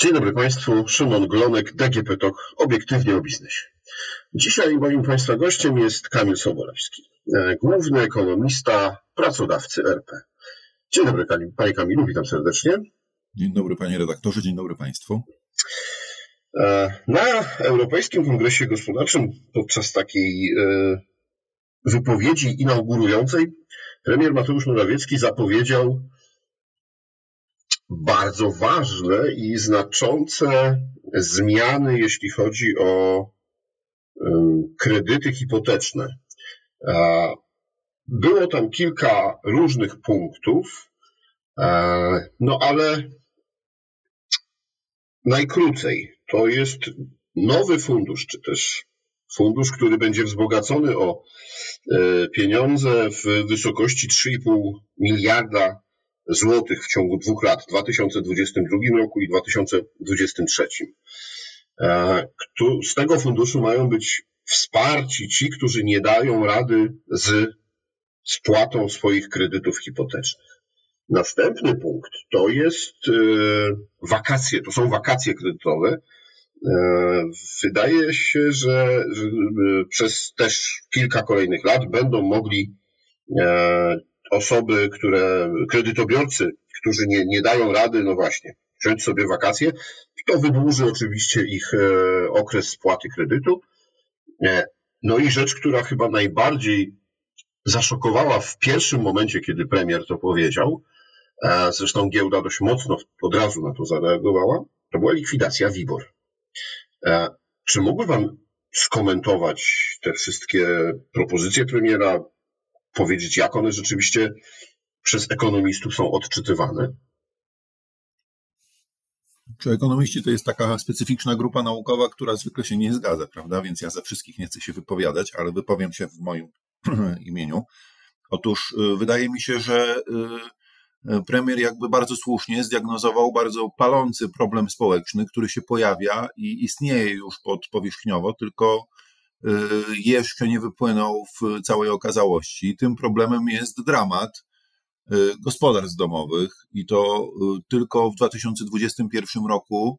Dzień dobry Państwu, Szymon Glonek, DGP TOK, obiektywnie o biznesie. Dzisiaj moim Państwa gościem jest Kamil Sobolewski, główny ekonomista pracodawcy RP. Dzień dobry Panie Kamilu, witam serdecznie. Dzień dobry Panie redaktorze, dzień dobry Państwu. Na Europejskim Kongresie Gospodarczym podczas takiej wypowiedzi inaugurującej premier Mateusz Morawiecki zapowiedział bardzo ważne i znaczące zmiany, jeśli chodzi o kredyty hipoteczne. Było tam kilka różnych punktów, no ale najkrócej to jest nowy fundusz, czy też fundusz, który będzie wzbogacony o pieniądze w wysokości 3,5 miliarda złotych w ciągu 2 lat, w 2022 roku i 2023. Z tego funduszu mają być wsparci ci, którzy nie dają rady z spłatą swoich kredytów hipotecznych. Następny punkt to jest wakacje, to są wakacje kredytowe. Wydaje się, że przez też kilka kolejnych lat będą mogli osoby, kredytobiorcy, którzy nie dają rady, no właśnie, wziąć sobie wakacje i to wydłuży oczywiście ich okres spłaty kredytu. No i rzecz, która chyba najbardziej zaszokowała w pierwszym momencie, kiedy premier to powiedział, zresztą giełda dość mocno od razu na to zareagowała, to była likwidacja WIBOR. Czy mógłby Pan skomentować te wszystkie propozycje premiera, powiedzieć, jak one rzeczywiście przez ekonomistów są odczytywane? Czy ekonomiści to jest taka specyficzna grupa naukowa, która zwykle się nie zgadza, prawda? Więc ja za wszystkich nie chcę się wypowiadać, ale wypowiem się w moim imieniu. Otóż wydaje mi się, że premier jakby bardzo słusznie zdiagnozował bardzo palący problem społeczny, który się pojawia i istnieje już powierzchniowo, tylko jeszcze nie wypłynął w całej okazałości. Tym problemem jest dramat gospodarstw domowych i to tylko w 2021 roku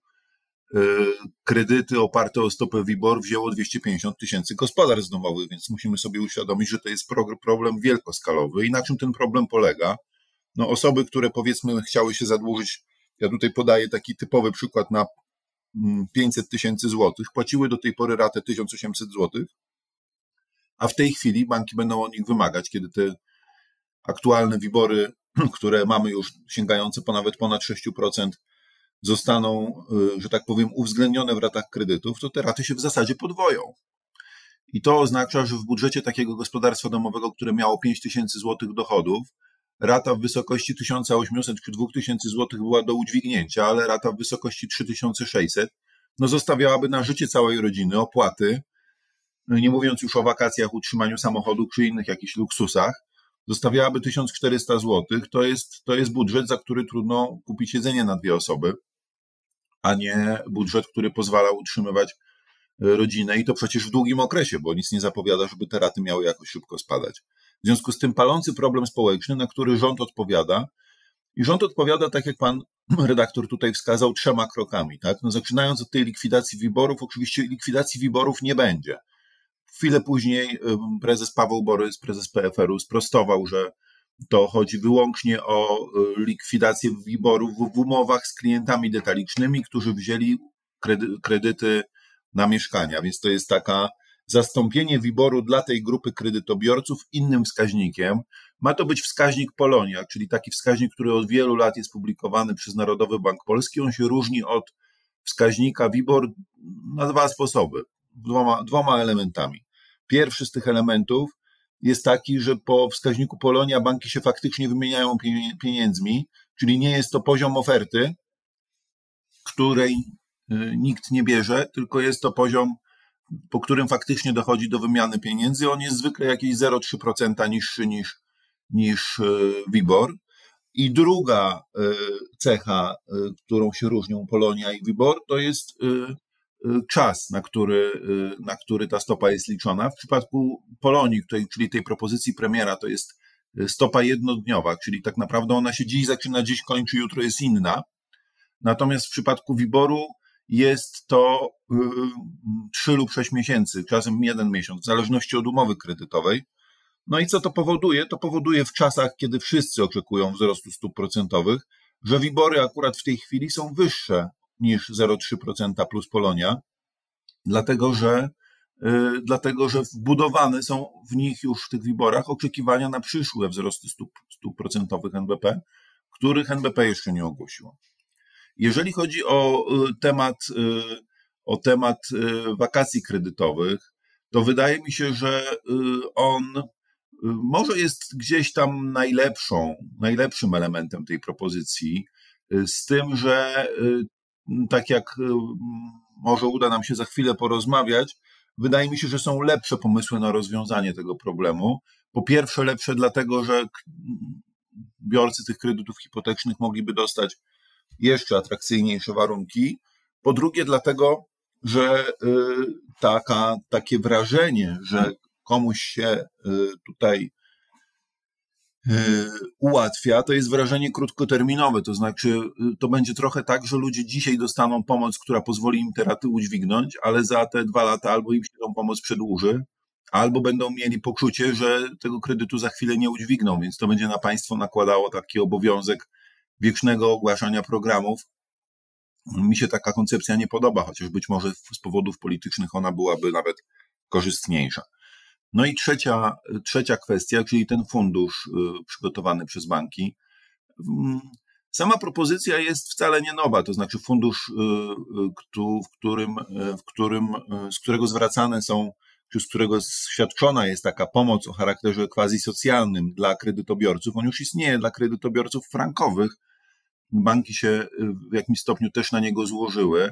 kredyty oparte o stopę WIBOR wzięło 250 000 gospodarstw domowych, więc musimy sobie uświadomić, że to jest problem wielkoskalowy. I na czym ten problem polega? No osoby, które powiedzmy chciały się zadłużyć, ja tutaj podaję taki typowy przykład na 500 000 złotych, płaciły do tej pory ratę 1800 złotych, a w tej chwili banki będą od nich wymagać, kiedy te aktualne WIBORy, które mamy już sięgające nawet ponad 6%, zostaną, że tak powiem, uwzględnione w ratach kredytów, to te raty się w zasadzie podwoją. I to oznacza, że w budżecie takiego gospodarstwa domowego, które miało 5000 złotych dochodów, rata w wysokości 1800 czy 2000 złotych była do udźwignięcia, ale rata w wysokości 3600 zostawiałaby na życie całej rodziny opłaty, nie mówiąc już o wakacjach, utrzymaniu samochodu czy innych jakichś luksusach, zostawiałaby 1400 złotych. To jest budżet, za który trudno kupić jedzenie na 2 osoby, a nie budżet, który pozwala utrzymywać rodzinę i to przecież w długim okresie, bo nic nie zapowiada, żeby te raty miały jakoś szybko spadać. W związku z tym palący problem społeczny, na który rząd odpowiada, i rząd odpowiada, tak jak pan redaktor tutaj wskazał, 3 krokami. Tak? Zaczynając od tej likwidacji WIBOR-ów, oczywiście likwidacji WIBOR-ów nie będzie. Chwilę później prezes Paweł Borys, prezes PFR-u, sprostował, że to chodzi wyłącznie o likwidację WIBOR-ów w umowach z klientami detalicznymi, którzy wzięli kredyty na mieszkania, więc to jest taka zastąpienie WIBOR-u dla tej grupy kredytobiorców innym wskaźnikiem. Ma to być wskaźnik Polonia, czyli taki wskaźnik, który od wielu lat jest publikowany przez Narodowy Bank Polski. On się różni od wskaźnika WIBOR na 2 sposoby, dwoma elementami. Pierwszy z tych elementów jest taki, że po wskaźniku Polonia banki się faktycznie wymieniają pieniędzmi, czyli nie jest to poziom oferty, której nikt nie bierze, tylko jest to poziom, po którym faktycznie dochodzi do wymiany pieniędzy. On jest zwykle jakieś 0,3% niższy niż WIBOR. I druga cecha, którą się różnią Polonia i WIBOR, to jest czas, na który ta stopa jest liczona. W przypadku Polonii, czyli tej propozycji premiera, to jest stopa jednodniowa, czyli tak naprawdę ona się dziś zaczyna, dziś kończy, jutro jest inna. Natomiast w przypadku WIBOR-u jest to 3 lub 6 miesięcy, czasem 1 miesiąc, w zależności od umowy kredytowej. No i co to powoduje? To powoduje w czasach, kiedy wszyscy oczekują wzrostu stóp procentowych, że WIBOR-y akurat w tej chwili są wyższe niż 0,3% plus Polonia, dlatego że wbudowane są w nich już w tych WIBOR-ach oczekiwania na przyszłe wzrosty stóp procentowych NBP, których NBP jeszcze nie ogłosiło. Jeżeli chodzi o temat wakacji kredytowych, to wydaje mi się, że on może jest gdzieś tam najlepszym elementem tej propozycji, z tym, że tak jak może uda nam się za chwilę porozmawiać, wydaje mi się, że są lepsze pomysły na rozwiązanie tego problemu. Po pierwsze lepsze dlatego, że biorcy tych kredytów hipotecznych mogliby dostać jeszcze atrakcyjniejsze warunki. Po drugie dlatego, że takie wrażenie, że komuś się tutaj ułatwia, to jest wrażenie krótkoterminowe, to znaczy to będzie trochę tak, że ludzie dzisiaj dostaną pomoc, która pozwoli im te raty udźwignąć, ale za te 2 lata albo im się tą pomoc przedłuży, albo będą mieli poczucie, że tego kredytu za chwilę nie udźwigną, więc to będzie na państwo nakładało taki obowiązek wiecznego ogłaszania programów. Mi się taka koncepcja nie podoba, chociaż być może z powodów politycznych ona byłaby nawet korzystniejsza. No i trzecia kwestia, czyli ten fundusz przygotowany przez banki. Sama propozycja jest wcale nie nowa, to znaczy fundusz, z którego zwracane są, czy z którego świadczona jest taka pomoc o charakterze quasi-socjalnym dla kredytobiorców. On już istnieje dla kredytobiorców frankowych. Banki się w jakimś stopniu też na niego złożyły,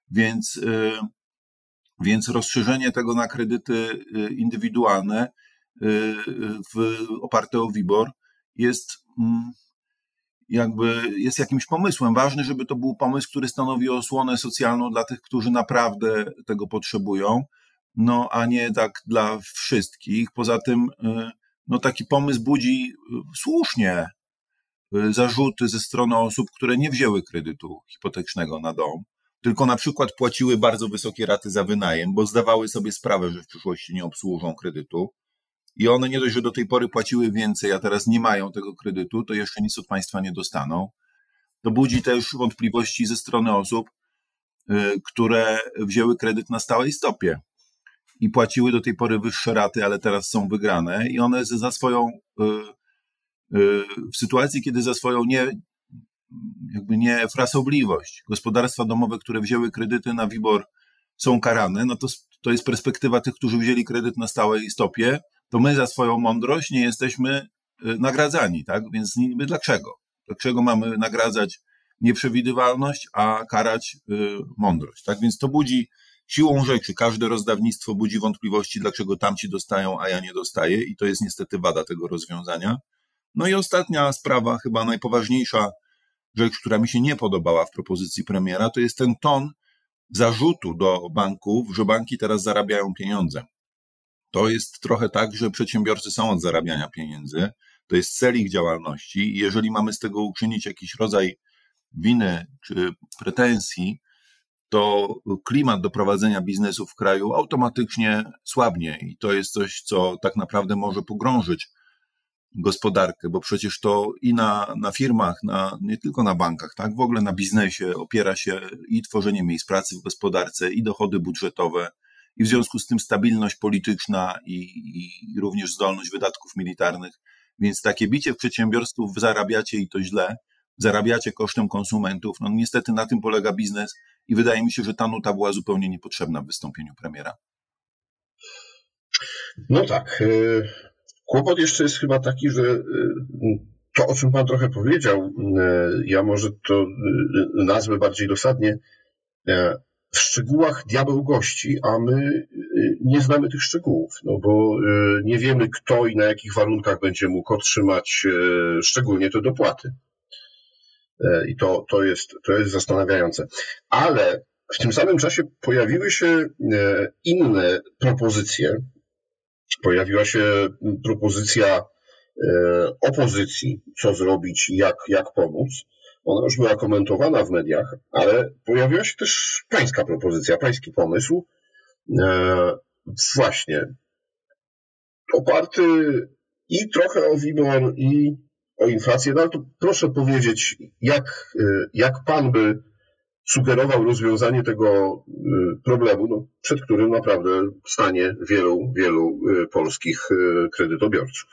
więc rozszerzenie tego na kredyty indywidualne oparte o WIBOR jest jakimś pomysłem. Ważne, żeby to był pomysł, który stanowi osłonę socjalną dla tych, którzy naprawdę tego potrzebują, no a nie tak dla wszystkich. Poza tym taki pomysł budzi słusznie zarzuty ze strony osób, które nie wzięły kredytu hipotecznego na dom, tylko na przykład płaciły bardzo wysokie raty za wynajem, bo zdawały sobie sprawę, że w przyszłości nie obsłużą kredytu i one nie dość, że do tej pory płaciły więcej, a teraz nie mają tego kredytu, to jeszcze nic od państwa nie dostaną. To budzi też wątpliwości ze strony osób, które wzięły kredyt na stałej stopie i płaciły do tej pory wyższe raty, ale teraz są wygrane i one w sytuacji, kiedy za swoją niefrasobliwość gospodarstwa domowe, które wzięły kredyty na WIBOR, są karane, no to jest perspektywa tych, którzy wzięli kredyt na stałej stopie, to my za swoją mądrość nie jesteśmy nagradzani, tak? Więc niby dlaczego? Dlaczego mamy nagradzać nieprzewidywalność, a karać mądrość, tak? Więc to budzi siłą rzeczy, każde rozdawnictwo budzi wątpliwości, dlaczego tamci dostają, a ja nie dostaję i to jest niestety wada tego rozwiązania. No i ostatnia sprawa, chyba najpoważniejsza rzecz, która mi się nie podobała w propozycji premiera, to jest ten ton zarzutu do banków, że banki teraz zarabiają pieniądze. To jest trochę tak, że przedsiębiorcy są od zarabiania pieniędzy, to jest cel ich działalności i jeżeli mamy z tego uczynić jakiś rodzaj winy czy pretensji, to klimat do prowadzenia biznesu w kraju automatycznie słabnie i to jest coś, co tak naprawdę może pogrążyć gospodarkę, bo przecież to i na firmach, nie tylko na bankach, tak, w ogóle na biznesie opiera się i tworzenie miejsc pracy w gospodarce, i dochody budżetowe, i w związku z tym stabilność polityczna i również zdolność wydatków militarnych. Więc takie bicie w przedsiębiorstwów, zarabiacie i to źle, zarabiacie kosztem konsumentów, no niestety na tym polega biznes i wydaje mi się, że ta nuta była zupełnie niepotrzebna w wystąpieniu premiera. No tak. Kłopot jeszcze jest chyba taki, że to, o czym pan trochę powiedział, ja może to nazwę bardziej dosadnie, w szczegółach diabeł gości, a my nie znamy tych szczegółów, no bo nie wiemy, kto i na jakich warunkach będzie mógł otrzymać szczególnie te dopłaty. I to jest zastanawiające. Ale w tym samym czasie pojawiły się inne propozycje. Pojawiła się propozycja opozycji, co zrobić i jak pomóc. Ona już była komentowana w mediach, ale pojawiła się też pańska propozycja, pański pomysł. Właśnie oparty i trochę o WIBOR, i o inflację. No ale to proszę powiedzieć, jak pan by sugerował rozwiązanie tego problemu, no, przed którym naprawdę stanie wielu polskich kredytobiorców.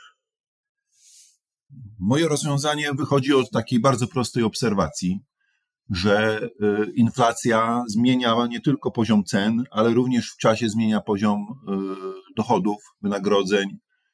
Moje rozwiązanie wychodzi od takiej bardzo prostej obserwacji, że inflacja zmienia nie tylko poziom cen, ale również w czasie zmienia poziom dochodów, wynagrodzeń.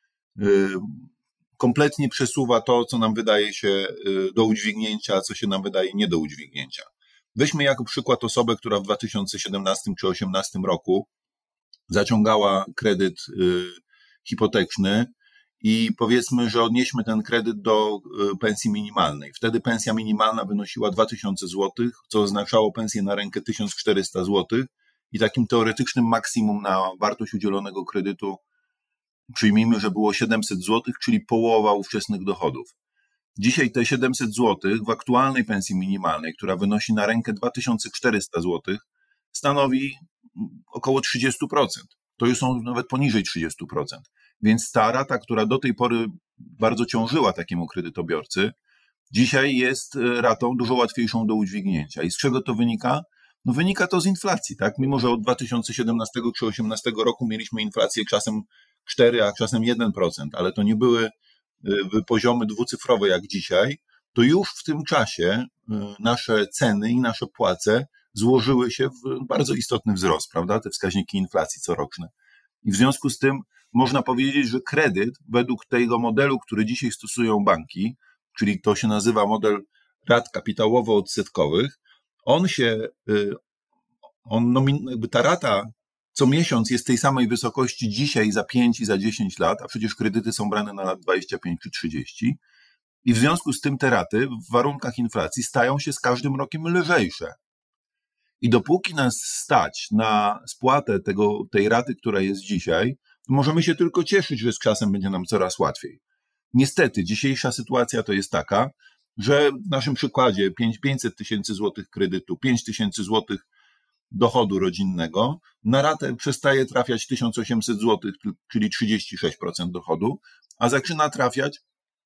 Kompletnie przesuwa to, co nam wydaje się do udźwignięcia, a co się nam wydaje nie do udźwignięcia. Weźmy jako przykład osobę, która w 2017 czy 2018 roku zaciągała kredyt hipoteczny i powiedzmy, że odnieśmy ten kredyt do pensji minimalnej. Wtedy pensja minimalna wynosiła 2000 zł, co oznaczało pensję na rękę 1400 zł i takim teoretycznym maksimum na wartość udzielonego kredytu przyjmijmy, że było 700 zł, czyli połowa ówczesnych dochodów. Dzisiaj te 700 zł w aktualnej pensji minimalnej, która wynosi na rękę 2400 zł, stanowi około 30%. To już są nawet poniżej 30%. Więc ta rata, która do tej pory bardzo ciążyła takiemu kredytobiorcy, dzisiaj jest ratą dużo łatwiejszą do udźwignięcia. I z czego to wynika? No wynika to z inflacji, tak? Mimo że od 2017 czy 2018 roku mieliśmy inflację czasem 4, a czasem 1%, ale to nie były poziomy dwucyfrowe jak dzisiaj, to już w tym czasie nasze ceny i nasze płace złożyły się w bardzo istotny wzrost, prawda? Te wskaźniki inflacji coroczne. I w związku z tym można powiedzieć, że kredyt według tego modelu, który dzisiaj stosują banki, czyli to się nazywa model rat kapitałowo-odsetkowych, ta rata co miesiąc jest tej samej wysokości dzisiaj za 5 i za 10 lat, a przecież kredyty są brane na lat 25 czy 30. I w związku z tym te raty w warunkach inflacji stają się z każdym rokiem lżejsze. I dopóki nas stać na spłatę tej raty, która jest dzisiaj, to możemy się tylko cieszyć, że z czasem będzie nam coraz łatwiej. Niestety, dzisiejsza sytuacja to jest taka, że w naszym przykładzie 500 tysięcy złotych kredytu, 5 tysięcy złotych dochodu rodzinnego, na ratę przestaje trafiać 1800 zł, czyli 36% dochodu, a zaczyna trafiać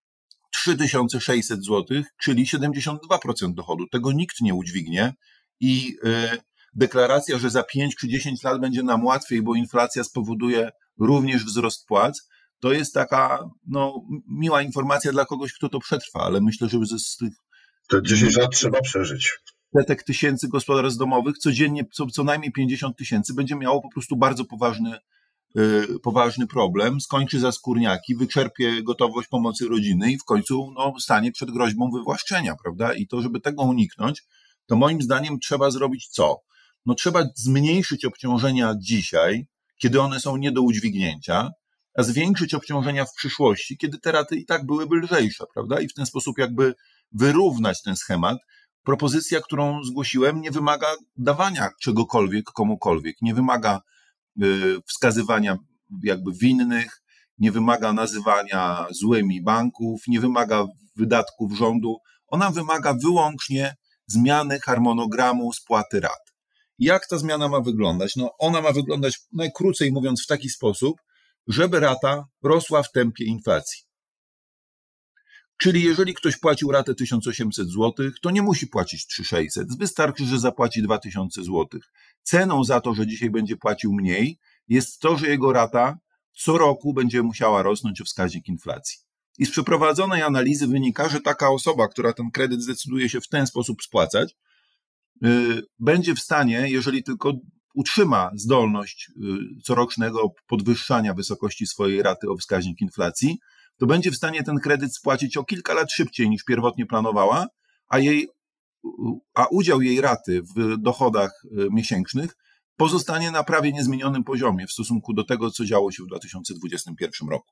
3600 zł, czyli 72% dochodu. Tego nikt nie udźwignie i deklaracja, że za 5 czy 10 lat będzie nam łatwiej, bo inflacja spowoduje również wzrost płac, to jest taka miła informacja dla kogoś, kto to przetrwa, ale myślę, że z tych... To 10 lat trzeba przeżyć. Setek tysięcy gospodarstw domowych, codziennie co najmniej 50 tysięcy będzie miało po prostu bardzo poważny problem, skończy za skórniaki, wyczerpie gotowość pomocy rodziny i w końcu stanie przed groźbą wywłaszczenia, prawda? I to, żeby tego uniknąć, to moim zdaniem trzeba zrobić co? Trzeba zmniejszyć obciążenia dzisiaj, kiedy one są nie do udźwignięcia, a zwiększyć obciążenia w przyszłości, kiedy te raty i tak byłyby lżejsze, prawda? I w ten sposób jakby wyrównać ten schemat. Propozycja, którą zgłosiłem, nie wymaga dawania czegokolwiek komukolwiek, nie wymaga wskazywania jakby winnych, nie wymaga nazywania złymi banków, nie wymaga wydatków rządu. Ona wymaga wyłącznie zmiany harmonogramu spłaty rat. Jak ta zmiana ma wyglądać? Ona ma wyglądać, najkrócej mówiąc, w taki sposób, żeby rata rosła w tempie inflacji. Czyli jeżeli ktoś płacił ratę 1800 zł, to nie musi płacić 3600. Wystarczy, że zapłaci 2000 zł. Ceną za to, że dzisiaj będzie płacił mniej, jest to, że jego rata co roku będzie musiała rosnąć o wskaźnik inflacji. I z przeprowadzonej analizy wynika, że taka osoba, która ten kredyt zdecyduje się w ten sposób spłacać, będzie w stanie, jeżeli tylko utrzyma zdolność corocznego podwyższania wysokości swojej raty o wskaźnik inflacji, to będzie w stanie ten kredyt spłacić o kilka lat szybciej niż pierwotnie planowała, a udział jej raty w dochodach miesięcznych pozostanie na prawie niezmienionym poziomie w stosunku do tego, co działo się w 2021 roku.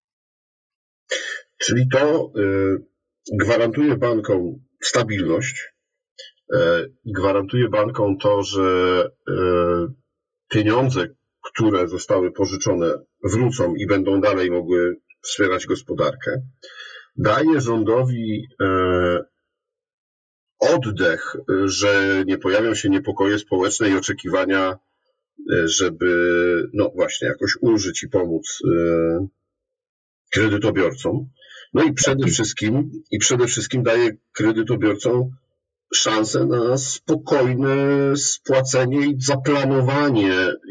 Czyli to gwarantuje bankom stabilność, gwarantuje bankom to, że pieniądze, które zostały pożyczone, wrócą i będą dalej mogły wspierać gospodarkę. Daje rządowi oddech, że nie pojawią się niepokoje społeczne i oczekiwania, żeby no właśnie jakoś ulżyć i pomóc kredytobiorcom. No i przede wszystkim daje kredytobiorcom szansę na spokojne spłacenie i zaplanowanie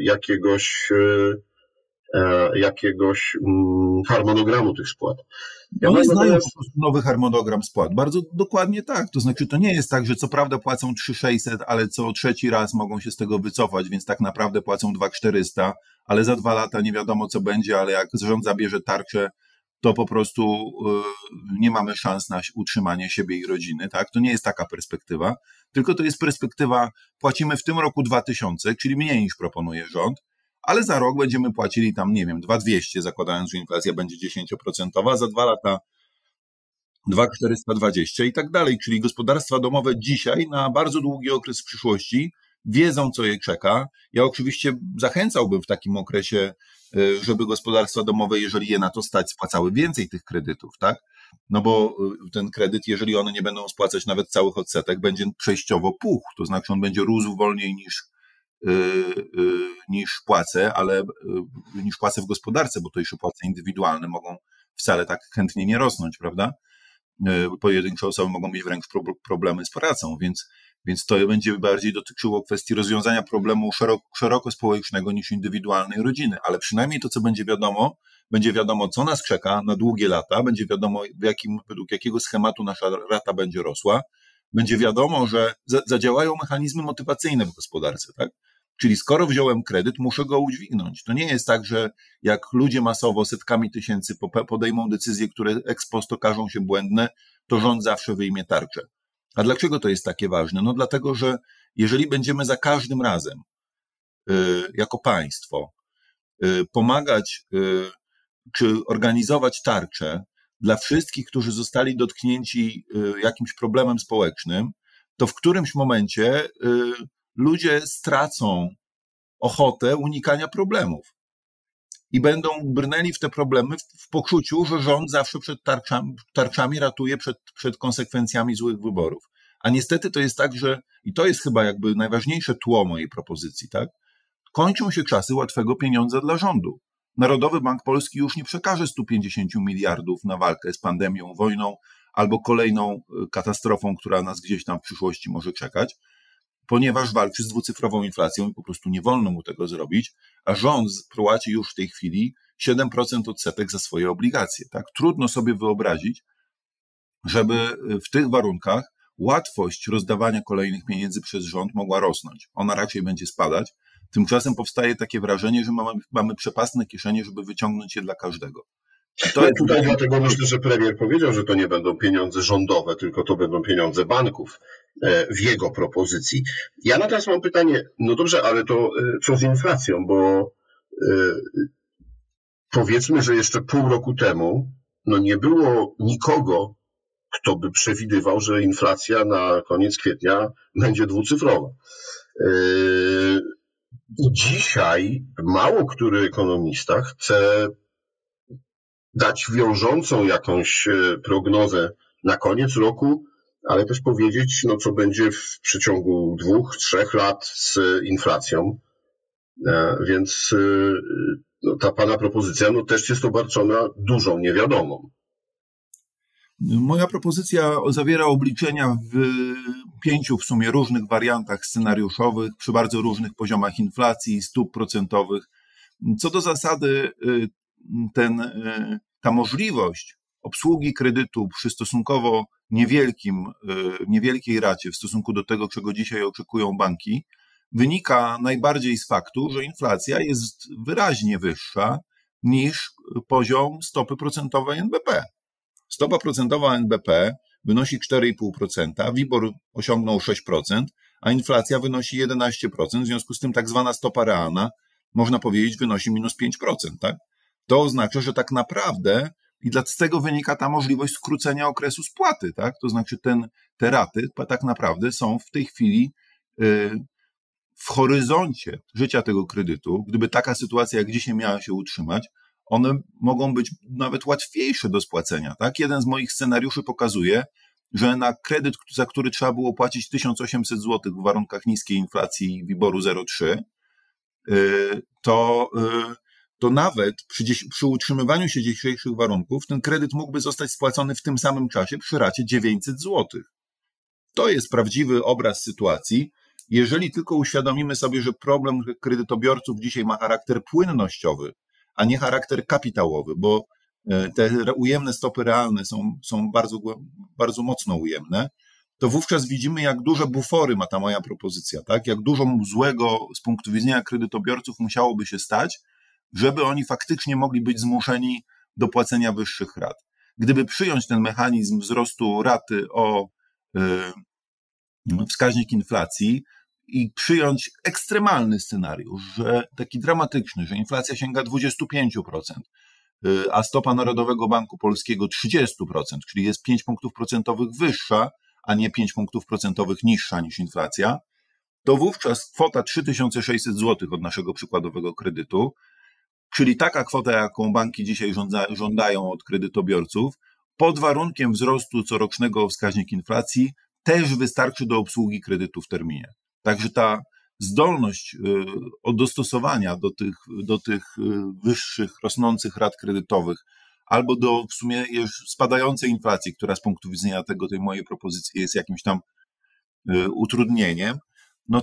jakiegoś harmonogramu tych spłat. Oni znają po prostu nowy harmonogram spłat. Bardzo dokładnie tak. To znaczy, to nie jest tak, że co prawda płacą 3600, ale co trzeci raz mogą się z tego wycofać, więc tak naprawdę płacą 2400, ale za 2 lata nie wiadomo co będzie, ale jak rząd zabierze tarczę, to po prostu nie mamy szans na utrzymanie siebie i rodziny. Tak? To nie jest taka perspektywa, tylko to jest perspektywa, płacimy w tym roku 2000, czyli mniej niż proponuje rząd, ale za rok będziemy płacili tam, nie wiem, 2200, zakładając, że inflacja będzie 10%, za 2 lata 2420 i tak dalej. Czyli gospodarstwa domowe dzisiaj na bardzo długi okres w przyszłości wiedzą, co je czeka. Ja oczywiście zachęcałbym w takim okresie, żeby gospodarstwa domowe, jeżeli je na to stać, spłacały więcej tych kredytów, tak? No bo ten kredyt, jeżeli one nie będą spłacać nawet całych odsetek, będzie przejściowo puch, to znaczy on będzie rósł wolniej niż płace, ale niż płace w gospodarce, bo to jeszcze płace indywidualne mogą wcale tak chętnie nie rosnąć, prawda? Pojedyncze osoby mogą mieć wręcz problemy z pracą, więc to będzie bardziej dotyczyło kwestii rozwiązania problemu szeroko społecznego niż indywidualnej rodziny, ale przynajmniej to, co będzie wiadomo, co nas czeka na długie lata, będzie wiadomo, według jakiego schematu nasza rata będzie rosła, będzie wiadomo, że zadziałają mechanizmy motywacyjne w gospodarce, tak? Czyli skoro wziąłem kredyt, muszę go udźwignąć. To nie jest tak, że jak ludzie masowo setkami tysięcy podejmą decyzje, które ex post okażą się błędne, to rząd zawsze wyjmie tarczę. A dlaczego to jest takie ważne? No dlatego, że jeżeli będziemy za każdym razem jako państwo pomagać czy organizować tarczę dla wszystkich, którzy zostali dotknięci jakimś problemem społecznym, to w którymś momencie ludzie stracą ochotę unikania problemów i będą brnęli w te problemy w poczuciu, że rząd zawsze przed tarczami ratuje przed konsekwencjami złych wyborów. A niestety to jest tak, że, i to jest chyba jakby najważniejsze tło mojej propozycji, tak? Kończą się czasy łatwego pieniądza dla rządu. Narodowy Bank Polski już nie przekaże 150 miliardów na walkę z pandemią, wojną albo kolejną katastrofą, która nas gdzieś tam w przyszłości może czekać, ponieważ walczy z dwucyfrową inflacją i po prostu nie wolno mu tego zrobić, a rząd płaci już w tej chwili 7% odsetek za swoje obligacje. Tak? Trudno sobie wyobrazić, żeby w tych warunkach łatwość rozdawania kolejnych pieniędzy przez rząd mogła rosnąć. Ona raczej będzie spadać. Tymczasem powstaje takie wrażenie, że mamy przepastne kieszenie, żeby wyciągnąć je dla każdego. Tutaj dlatego myślę, że premier powiedział, że to nie będą pieniądze rządowe, tylko to będą pieniądze banków w jego propozycji. Ja natomiast mam pytanie, no dobrze, ale to co z inflacją, bo powiedzmy, że jeszcze pół roku temu no nie było nikogo, kto by przewidywał, że inflacja na koniec kwietnia będzie dwucyfrowa. I dzisiaj mało który ekonomista chce dać wiążącą jakąś prognozę na koniec roku, ale też powiedzieć, no co będzie w przeciągu 2-3 lat z inflacją. Więc no, ta pana propozycja no, też jest obarczona dużą niewiadomą. Moja propozycja zawiera obliczenia w 5 w sumie różnych wariantach scenariuszowych przy bardzo różnych poziomach inflacji, stóp procentowych. Co do zasady ta możliwość obsługi kredytu przy stosunkowo niewielkiej racie w stosunku do tego, czego dzisiaj oczekują banki, wynika najbardziej z faktu, że inflacja jest wyraźnie wyższa niż poziom stopy procentowej NBP. Stopa procentowa NBP wynosi 4,5%, WIBOR osiągnął 6%, a inflacja wynosi 11%, w związku z tym tak zwana stopa realna, można powiedzieć, wynosi -5%. Tak? To oznacza, że tak naprawdę, i z tego wynika ta możliwość skrócenia okresu spłaty, tak? To znaczy te raty tak naprawdę są w tej chwili w horyzoncie życia tego kredytu, gdyby taka sytuacja jak dzisiaj miała się utrzymać, one mogą być nawet łatwiejsze do spłacenia. Tak? Jeden z moich scenariuszy pokazuje, że na kredyt, za który trzeba było płacić 1800 zł w warunkach niskiej inflacji WIBOR-u 0,3, to nawet przy utrzymywaniu się dzisiejszych warunków ten kredyt mógłby zostać spłacony w tym samym czasie przy racie 900 zł. To jest prawdziwy obraz sytuacji. Jeżeli tylko uświadomimy sobie, że problem kredytobiorców dzisiaj ma charakter płynnościowy, a nie charakter kapitałowy, bo te ujemne stopy realne są bardzo mocno ujemne, to wówczas widzimy, jak duże bufory ma ta moja propozycja, tak? Jak dużo złego z punktu widzenia kredytobiorców musiałoby się stać, żeby oni faktycznie mogli być zmuszeni do płacenia wyższych rat. Gdyby przyjąć ten mechanizm wzrostu raty o wskaźnik inflacji i przyjąć ekstremalny scenariusz, że taki dramatyczny, że inflacja sięga 25%, a stopa Narodowego Banku Polskiego 30%, czyli jest 5 punktów procentowych wyższa, a nie 5 punktów procentowych niższa niż inflacja, to wówczas kwota 3600 zł od naszego przykładowego kredytu, czyli taka kwota, jaką banki dzisiaj żądają od kredytobiorców, pod warunkiem wzrostu corocznego wskaźnika inflacji też wystarczy do obsługi kredytu w terminie. Także ta zdolność dostosowania do tych wyższych, rosnących rat kredytowych albo do w sumie spadającej inflacji, która z punktu widzenia tej mojej propozycji jest jakimś tam utrudnieniem, no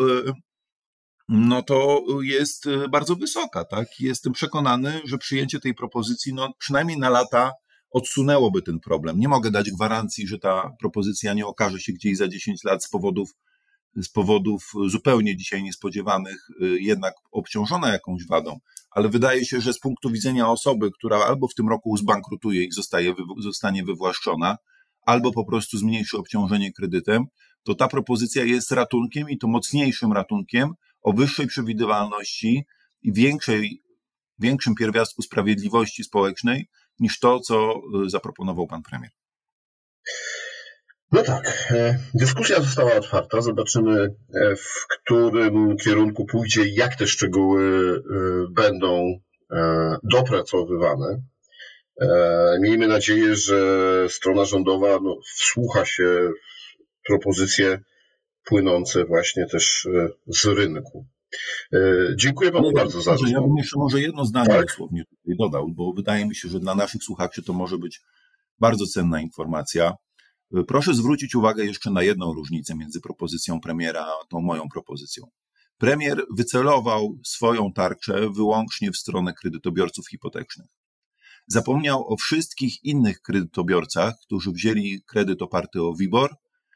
to jest bardzo wysoka, tak? Jestem przekonany, że przyjęcie tej propozycji, przynajmniej na lata odsunęłoby ten problem. Nie mogę dać gwarancji, że ta propozycja nie okaże się gdzieś za 10 lat z powodów zupełnie dzisiaj niespodziewanych jednak obciążona jakąś wadą, ale wydaje się, że z punktu widzenia osoby, która albo w tym roku zbankrutuje i zostanie wywłaszczona, albo po prostu zmniejszy obciążenie kredytem, to ta propozycja jest ratunkiem i to mocniejszym ratunkiem o wyższej przewidywalności i większym pierwiastku sprawiedliwości społecznej niż to, co zaproponował pan premier. No tak, dyskusja została otwarta. Zobaczymy, w którym kierunku pójdzie i jak te szczegóły będą dopracowywane. Miejmy nadzieję, że strona rządowa wsłucha się w propozycje płynące właśnie też z rynku. Dziękuję panu bardzo za rozmowę. Ja bym jeszcze może jedno zdanie dosłownie tutaj dodał, bo wydaje mi się, że dla naszych słuchaczy to może być bardzo cenna informacja. Proszę zwrócić uwagę jeszcze na jedną różnicę między propozycją premiera a tą moją propozycją. Premier wycelował swoją tarczę wyłącznie w stronę kredytobiorców hipotecznych. Zapomniał o wszystkich innych kredytobiorcach, którzy wzięli kredyt oparty o WIBOR,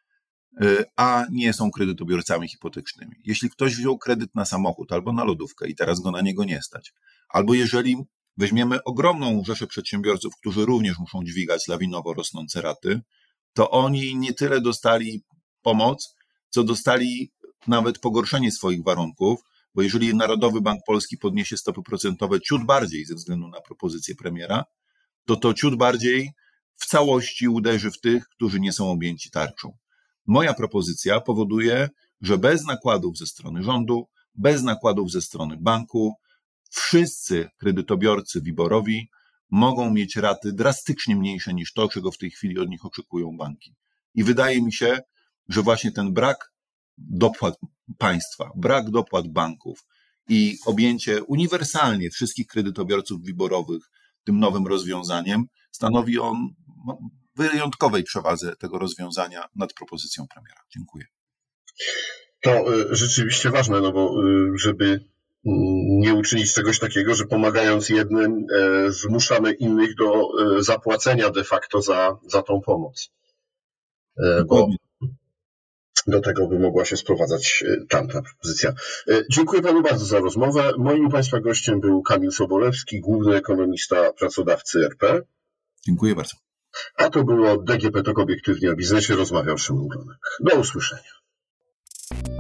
a nie są kredytobiorcami hipotecznymi. Jeśli ktoś wziął kredyt na samochód albo na lodówkę i teraz go na niego nie stać, albo jeżeli weźmiemy ogromną rzeszę przedsiębiorców, którzy również muszą dźwigać lawinowo rosnące raty, to oni nie tyle dostali pomoc, co dostali nawet pogorszenie swoich warunków, bo jeżeli Narodowy Bank Polski podniesie stopy procentowe ciut bardziej ze względu na propozycję premiera, to ciut bardziej w całości uderzy w tych, którzy nie są objęci tarczą. Moja propozycja powoduje, że bez nakładów ze strony rządu, bez nakładów ze strony banku, wszyscy kredytobiorcy WIBOR-owi mogą mieć raty drastycznie mniejsze niż to, czego w tej chwili od nich oczekują banki. I wydaje mi się, że właśnie ten brak dopłat państwa, brak dopłat banków i objęcie uniwersalnie wszystkich kredytobiorców WIBOR-owych tym nowym rozwiązaniem stanowi on wyjątkowej przewadze tego rozwiązania nad propozycją premiera. Dziękuję. To rzeczywiście ważne, bo żeby nie uczynić czegoś takiego, że pomagając jednym zmuszamy innych do zapłacenia de facto za tą pomoc. Bo do tego by mogła się sprowadzać tamta propozycja. Dziękuję panu bardzo za rozmowę. Moim państwa gościem był Kamil Sobolewski, główny ekonomista Pracodawcy RP. Dziękuję bardzo. A to było DGP TOK Obiektywnie o biznesie. Rozmawiał Szymon Glonek. Do usłyszenia.